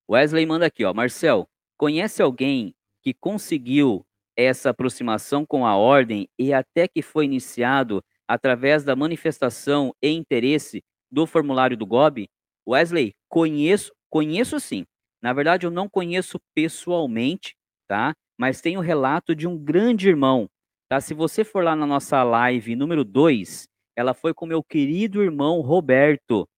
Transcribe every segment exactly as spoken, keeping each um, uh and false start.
Wesley manda aqui, ó. Marcel, conhece alguém que conseguiu essa aproximação com a ordem e até que foi iniciado através da manifestação e interesse do formulário do G O B? Wesley, conheço, conheço sim. Na verdade, eu não conheço pessoalmente, tá? Mas tenho relato de um grande irmão, tá? Se você for lá na nossa live número dois, ela foi com meu querido irmão Roberto,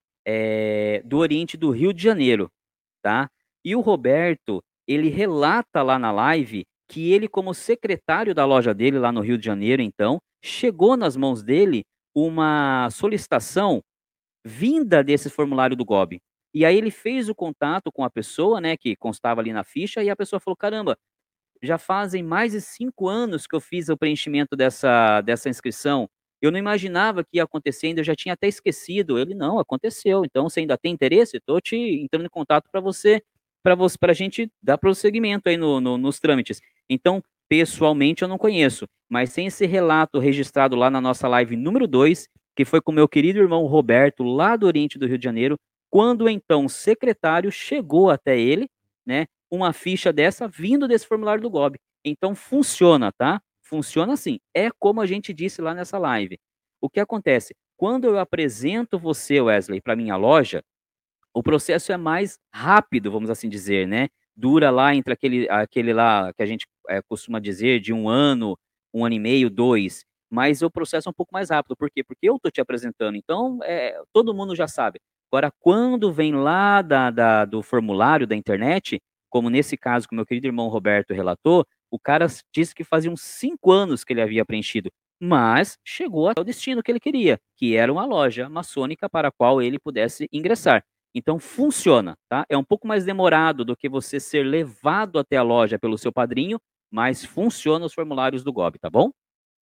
eh, do Oriente do Rio de Janeiro, tá? E o Roberto, ele relata lá na live que ele, como secretário da loja dele lá no Rio de Janeiro, então, chegou nas mãos dele uma solicitação vinda desse formulário do G O B. E aí ele fez o contato com a pessoa, né, que constava ali na ficha, e a pessoa falou: "Caramba, já fazem mais de cinco anos que eu fiz o preenchimento dessa dessa inscrição. Eu não imaginava que ia acontecer ainda, eu já tinha até esquecido". Ele: "Não, aconteceu. Então você ainda tem interesse? Tô te entrando em contato para você para você pra gente dar prosseguimento aí no no nos trâmites". Então, pessoalmente eu não conheço, mas tem esse relato registrado lá na nossa live número dois, que foi com meu querido irmão Roberto, lá do Oriente do Rio de Janeiro, quando então o secretário chegou até ele, né, uma ficha dessa vindo desse formulário do G O B. Então funciona, tá? Funciona sim. É como a gente disse lá nessa live. O que acontece? Quando eu apresento você, Wesley, para minha loja, o processo é mais rápido, vamos assim dizer, né? Dura lá entre aquele, aquele lá que a gente eh, costuma dizer de um ano, um ano e meio, dois. Mas o processo é um pouco mais rápido. Por quê? Porque eu tô te apresentando. Então, eh, todo mundo já sabe. Agora, quando vem lá da, da- do formulário da internet, como nesse caso que o meu querido irmão Roberto relatou, o cara s- disse que fazia uns cinco anos que ele havia preenchido, mas chegou até o destino que ele queria, que era uma loja maçônica para a qual ele pudesse ingressar. Então funciona, tá? É um pouco mais demorado do que você ser levado até a loja pelo seu padrinho, mas funciona os formulários do G O B, tá bom?